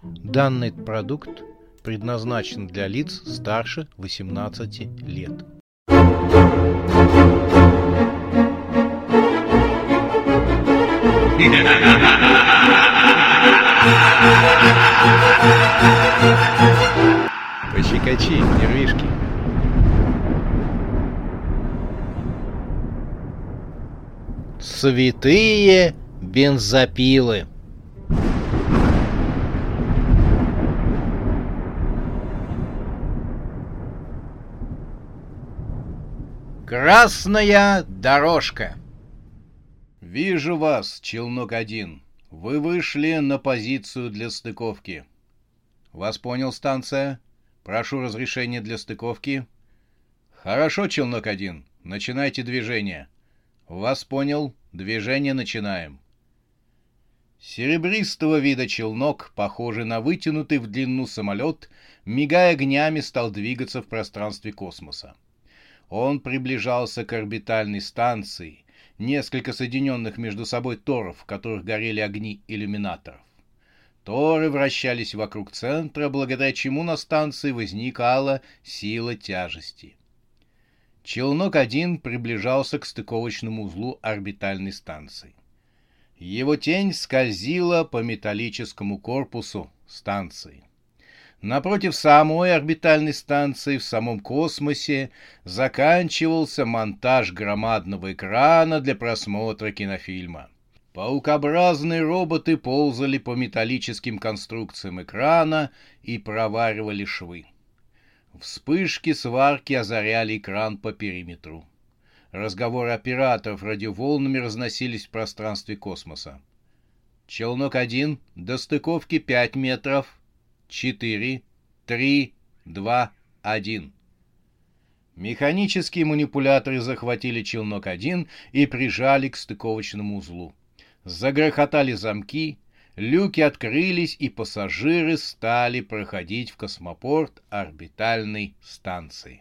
Данный продукт предназначен для лиц старше 18 лет. Пощекочи, нервишки. Святые бензопилы. Красная дорожка. Вижу вас, Челнок-1. Вы вышли на позицию для стыковки. Вас понял, станция? Прошу разрешения для стыковки. Хорошо, Челнок-1. Начинайте движение. Вас понял. Движение начинаем. Серебристого вида челнок, похожий на вытянутый в длину самолет, мигая огнями, стал двигаться в пространстве космоса. Он приближался к орбитальной станции, несколько соединенных между собой торов, в которых горели огни иллюминаторов. Торы вращались вокруг центра, благодаря чему на станции возникала сила тяжести. Челнок-1 приближался к стыковочному узлу орбитальной станции. Его тень скользила по металлическому корпусу станции. Напротив самой орбитальной станции в самом космосе заканчивался монтаж громадного экрана для просмотра кинофильма. Паукообразные роботы ползали по металлическим конструкциям экрана и проваривали швы. Вспышки сварки озаряли экран по периметру. Разговоры операторов радиоволнами разносились в пространстве космоса. Челнок-1, до стыковки 5 метров. 4, 3, 2, 1. Механические манипуляторы захватили Челнок-1 и прижали к стыковочному узлу. Загрохотали замки, люки открылись, и пассажиры стали проходить в космопорт орбитальной станции.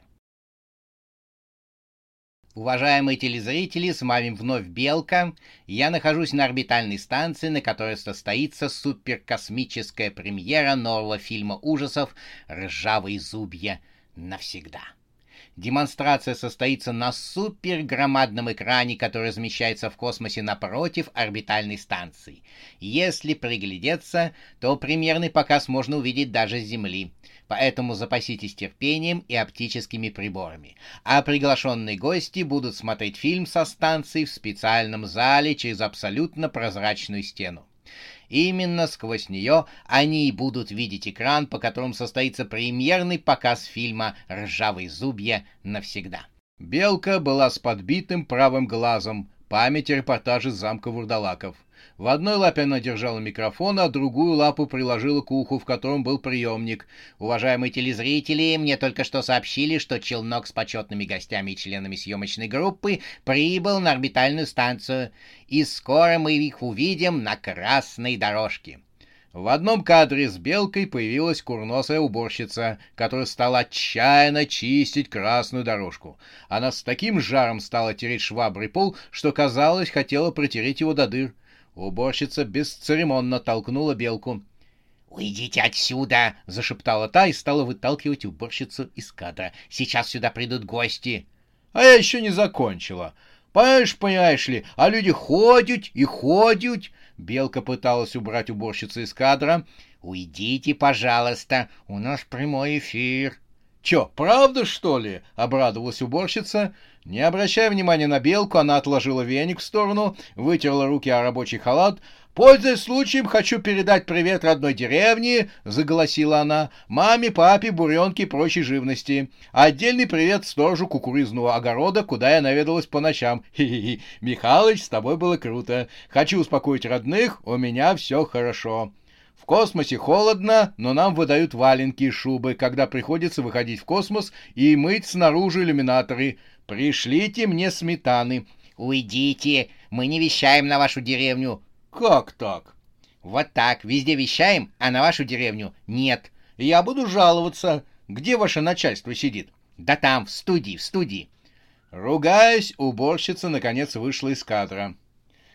Уважаемые телезрители, с вами вновь Белка. Я нахожусь на орбитальной станции, на которой состоится суперкосмическая премьера нового фильма ужасов «Ржавые зубья навсегда». Демонстрация состоится на супергромадном экране, который размещается в космосе напротив орбитальной станции. Если приглядеться, то премьерный показ можно увидеть даже с Земли. Поэтому запаситесь терпением и оптическими приборами. А приглашенные гости будут смотреть фильм со станции в специальном зале через абсолютно прозрачную стену. Именно сквозь нее они и будут видеть экран, по которому состоится премьерный показ фильма «Ржавые зубья навсегда». Белка была с подбитым правым глазом, память о репортаже с замка Вурдалаков. В одной лапе она держала микрофон, а другую лапу приложила к уху, в котором был приемник. Уважаемые телезрители, мне только что сообщили, что челнок с почетными гостями и членами съемочной группы прибыл на орбитальную станцию, и скоро мы их увидим на красной дорожке. В одном кадре с Белкой появилась курносая уборщица, которая стала отчаянно чистить красную дорожку. Она с таким жаром стала тереть шваброй пол, что, казалось, хотела протереть его до дыр. Уборщица бесцеремонно толкнула Белку. «Уйдите отсюда!» — зашептала та и стала выталкивать уборщицу из кадра. «Сейчас сюда придут гости!» «А я еще не закончила. Понимаешь ли, а люди ходят и ходят!» Белка пыталась убрать уборщицу из кадра. «Уйдите, пожалуйста, у нас прямой эфир». «Чё, правда, что ли?» — обрадовалась уборщица. Не обращая внимания на Белку, она отложила веник в сторону, вытерла руки о рабочий халат. «Пользуясь случаем, хочу передать привет родной деревне», — заголосила она, — «маме, папе, буренке и прочей живности. Отдельный привет сторожу кукурузного огорода, куда я наведалась по ночам. Хи-хи-хи. Михалыч, с тобой было круто. Хочу успокоить родных, у меня все хорошо. В космосе холодно, но нам выдают валенки и шубы, когда приходится выходить в космос и мыть снаружи иллюминаторы. Пришлите мне сметаны». «Уйдите, мы не вещаем на вашу деревню». «Как так?» «Вот так, везде вещаем, а на вашу деревню нет». «Я буду жаловаться. Где ваше начальство сидит?» «Да там, в студии». Ругаясь, уборщица наконец вышла из кадра.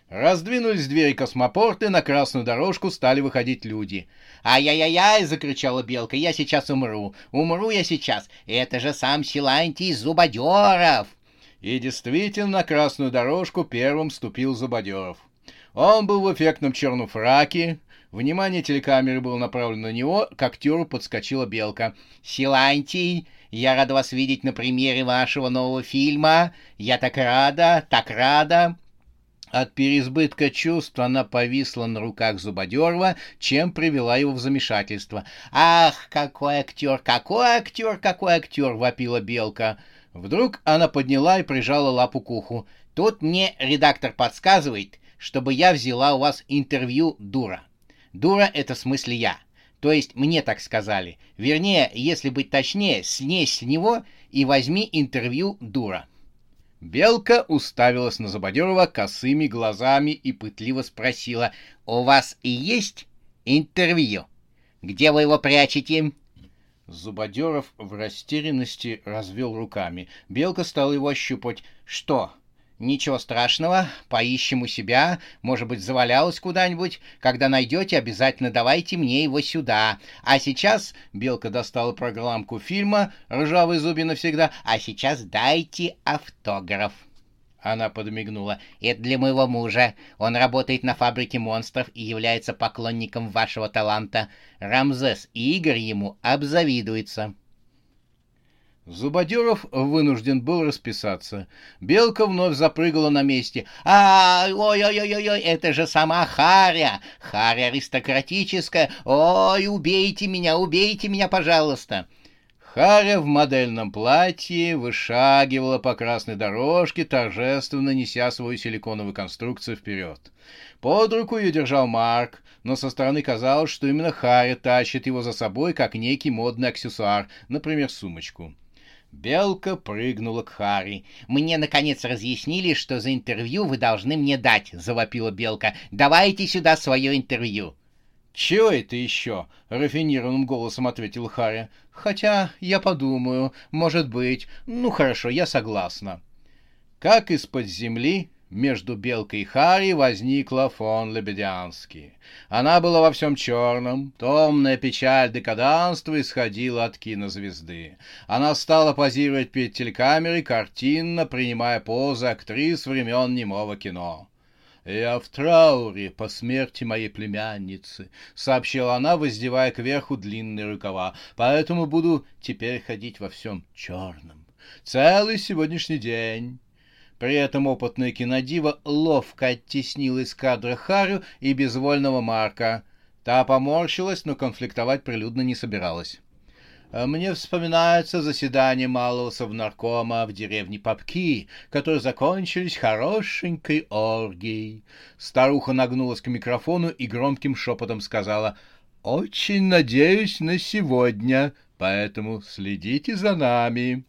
Раздвинулись двери космопорта, и на красную дорожку стали выходить люди. «Ай-яй-яй!» — закричала Белка. «Я сейчас умру! Умру я сейчас! Это же сам Силантий Зубодеров!» И действительно, на красную дорожку первым ступил Зубодеров. Он был в эффектном черном фраке. Внимание телекамеры было направлено на него. К актеру подскочила Белка. «Силантий, я рада вас видеть на премьере вашего нового фильма. Я так рада, так рада!» От переизбытка чувств она повисла на руках Зубодерова, чем привела его в замешательство. «Ах, какой актер, какой актер, какой актер!» — вопила Белка. Вдруг она подняла и прижала лапу к уху. «Тут мне редактор подсказывает, чтобы я взяла у вас интервью дура. Дура — это в смысле я. То есть мне так сказали. Вернее, если быть точнее, снесь с него и возьми интервью дура». Белка уставилась на Зубодерова косыми глазами и пытливо спросила: «У вас и есть интервью? Где вы его прячете?» Зубодеров в растерянности развел руками. Белка стала его ощупать. «Что? Ничего страшного, поищем у себя, может быть, завалялось куда-нибудь. Когда найдете, обязательно давайте мне его сюда. А сейчас...» — Белка достала программку фильма «Ржавые зубья навсегда». «А сейчас дайте автограф». Она подмигнула. «Это для моего мужа. Он работает на фабрике монстров и является поклонником вашего таланта. Рамзес и Игорь ему обзавидуются». Зубодеров вынужден был расписаться. Белка вновь запрыгала на месте. Ой-ой-ой-ой, это же сама Харя! Харя аристократическая! Ой, убейте меня, пожалуйста!» Харя в модельном платье вышагивала по красной дорожке, торжественно неся свою силиконовую конструкцию вперед. Под руку ее держал Марк, но со стороны казалось, что именно Харя тащит его за собой, как некий модный аксессуар, например, сумочку. Белка прыгнула к Харе. «Мне, наконец, разъяснили, что за интервью вы должны мне дать», — завопила Белка. «Давайте сюда свое интервью». «Чего это еще?» — рафинированным голосом ответил Харя. «Хотя, я подумаю, может быть. Ну, хорошо, я согласна». Как из-под земли между Белкой и Харей возникла фон Лебедянский. Она была во всем черном, томная печаль декаданства исходила от кинозвезды. Она стала позировать перед телекамерой, картинно принимая позы актрис времен немого кино. «Я в трауре по смерти моей племянницы», — сообщила она, воздевая кверху длинные рукава, «поэтому буду теперь ходить во всем черном. Целый сегодняшний день». При этом опытная кинодива ловко оттеснила из кадра Харю и безвольного Марка. Та поморщилась, но конфликтовать прилюдно не собиралась. «Мне вспоминается заседание малого совнаркома в деревне Попки, которые закончились хорошенькой оргией». Старуха нагнулась к микрофону и громким шепотом сказала: «Очень надеюсь на сегодня, поэтому следите за нами».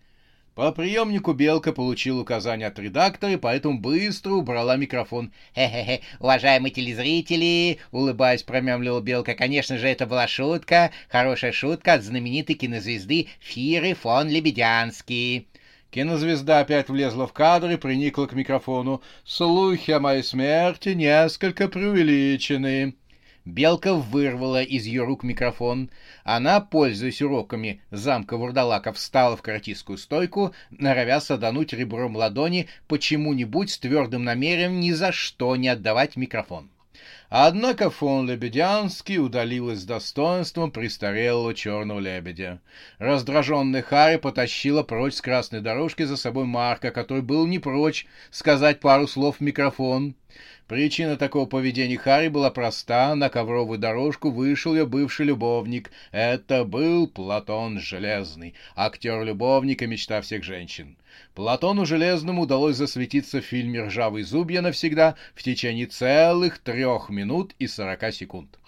По приемнику Белка получил указание от редактора, и поэтому быстро убрала микрофон. «Хе-хе-хе, уважаемые телезрители!» — улыбаясь, промямлила Белка. «Конечно же, это была шутка, хорошая шутка от знаменитой кинозвезды Фиры фон Лебедянский». Кинозвезда опять влезла в кадр и приникла к микрофону. «Слухи о моей смерти несколько преувеличены». Белка вырвала из ее рук микрофон. Она, пользуясь уроками замка Вурдалака, встала в каратистскую стойку, норовя садануть ребром ладони почему-нибудь с твердым намерением ни за что не отдавать микрофон. Однако фон Лебедянский удалилась с достоинством престарелого черного лебедя. Раздраженная Харя потащила прочь с красной дорожки за собой Марка, который был не прочь сказать пару слов в микрофон. Причина такого поведения Харри была проста. На ковровую дорожку вышел ее бывший любовник. Это был Платон Железный, актер-любовник и мечта всех женщин. Платону Железному удалось засветиться в фильме «Ржавые зубья навсегда» в течение целых 3 минут и 40 секунд.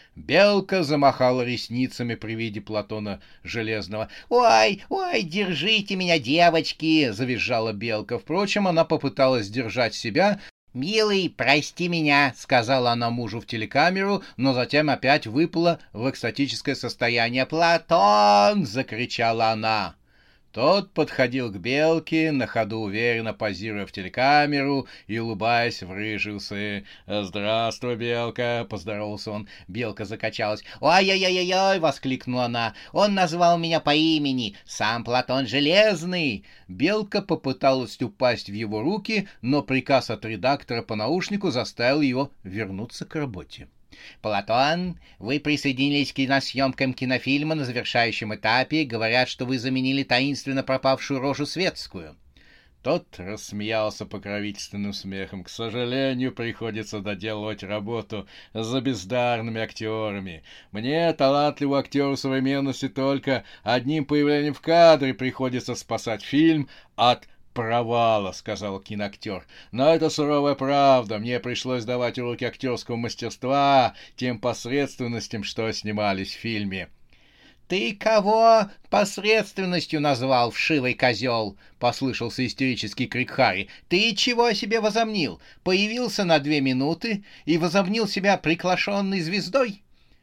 Белка замахала ресницами при виде Платона Железного. «Ой, ой, держите меня, девочки!» — завизжала Белка. Впрочем, она попыталась сдержать себя. «Милый, прости меня», — сказала она мужу в телекамеру, но затем опять выпала в экстатическое состояние. «Платон!» — закричала она. Тот подходил к Белке, на ходу уверенно позируя в телекамеру и, улыбаясь в рыжие усы. «Здравствуй, Белка!» — поздоровался он. Белка закачалась. «Ой-ой-ой-ой!» — воскликнула она. «Он назвал меня по имени, сам Платон Железный!» Белка попыталась упасть в его руки, но приказ от редактора по наушнику заставил его вернуться к работе. «Платон, вы присоединились к киносъемкам кинофильма на завершающем этапе. Говорят, что вы заменили таинственно пропавшую рожу светскую». Тот рассмеялся покровительственным смехом. «К сожалению, приходится доделывать работу за бездарными актерами. Мне, талантливому актеру современности, только одним появлением в кадре приходится спасать фильм от провала», — сказал киноактер. «Но это суровая правда. Мне пришлось давать уроки актерского мастерства тем посредственностям, что снимались в фильме». «Ты кого посредственностью назвал, вшивый козел?» — послышался истерический крик Харри. «Ты чего о себе возомнил? Появился на 2 минуты и возомнил себя приглашенной звездой?»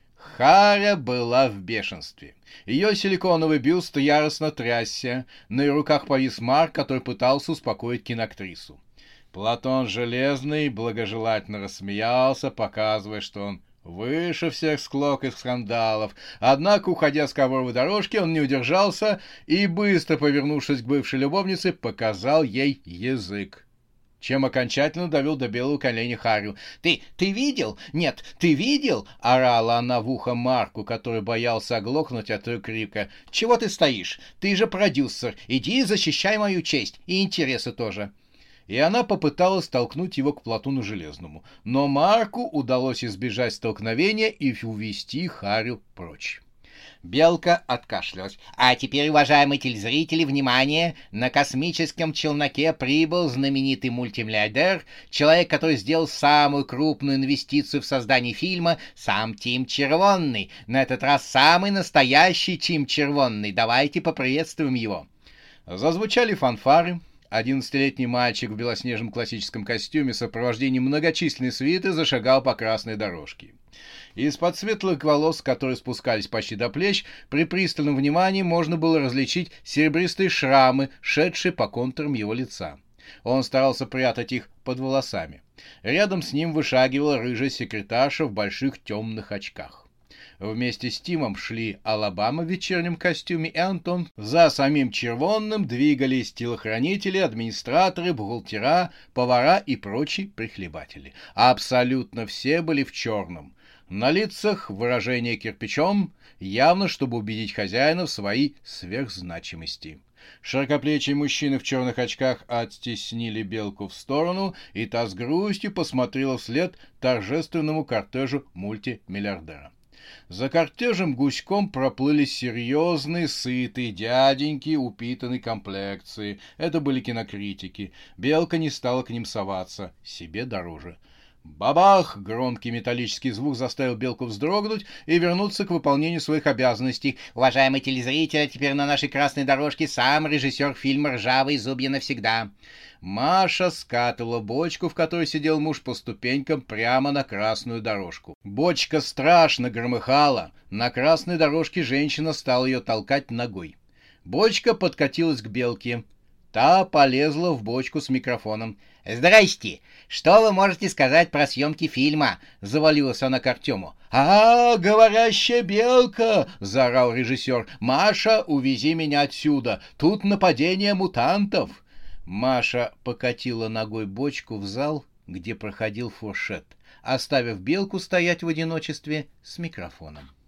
Харя была в бешенстве. Ее силиконовый бюст яростно трясся, на ее руках повис Марк, который пытался успокоить киноактрису. Платон Железный благожелательно рассмеялся, показывая, что он выше всех склок и скандалов. Однако, уходя с ковровой дорожки, он не удержался и, быстро повернувшись к бывшей любовнице, показал ей язык, чем окончательно довел до белого коленя Харю. «Ты видел? Нет, ты видел?» — орала она в ухо Марку, который боялся оглохнуть от ее крика. «Чего ты стоишь? Ты же продюсер. Иди защищай мою честь и интересы тоже». И она попыталась толкнуть его к Платону Железному, но Марку удалось избежать столкновения и увести Харю прочь. Белка откашлялась. «А теперь, уважаемые телезрители, внимание! На космическом челноке прибыл знаменитый мультимиллиардер, человек, который сделал самую крупную инвестицию в создание фильма, сам Тим Червонный. На этот раз самый настоящий Тим Червонный. Давайте поприветствуем его». Зазвучали фанфары. 11-летний мальчик в белоснежном классическом костюме в сопровождении многочисленной свиты зашагал по красной дорожке. Из-под светлых волос, которые спускались почти до плеч, при пристальном внимании можно было различить серебристые шрамы, шедшие по контурам его лица. Он старался прятать их под волосами. Рядом с ним вышагивала рыжая секретарша в больших темных очках. Вместе с Тимом шли Алабама в вечернем костюме и Антон. За самим Червонным двигались телохранители, администраторы, бухгалтера, повара и прочие прихлебатели. Абсолютно все были в черном. На лицах выражение кирпичом, явно чтобы убедить хозяина в своей сверхзначимости. Широкоплечие мужчины в черных очках оттеснили Белку в сторону, и та с грустью посмотрела вслед торжественному кортежу мультимиллиардера. За кортежем гуськом проплыли серьезные, сытые дяденьки упитанной комплекции. Это были кинокритики. Белка не стала к ним соваться. Себе дороже. Бабах! Громкий металлический звук заставил Белку вздрогнуть и вернуться к выполнению своих обязанностей. «Уважаемые телезрители, теперь на нашей красной дорожке сам режиссер фильма «Ржавые зубья навсегда». Маша скатывала бочку, в которой сидел муж, по ступенькам прямо на красную дорожку. Бочка страшно громыхала. На красной дорожке женщина стала ее толкать ногой. Бочка подкатилась к Белке. Та полезла в бочку с микрофоном. «Здрасте! Что вы можете сказать про съемки фильма?» — завалилась она к Артему. Говорящая белка!» — заорал режиссер. «Маша, увези меня отсюда! Тут нападение мутантов!» Маша покатила ногой бочку в зал, где проходил фуршет, оставив Белку стоять в одиночестве с микрофоном.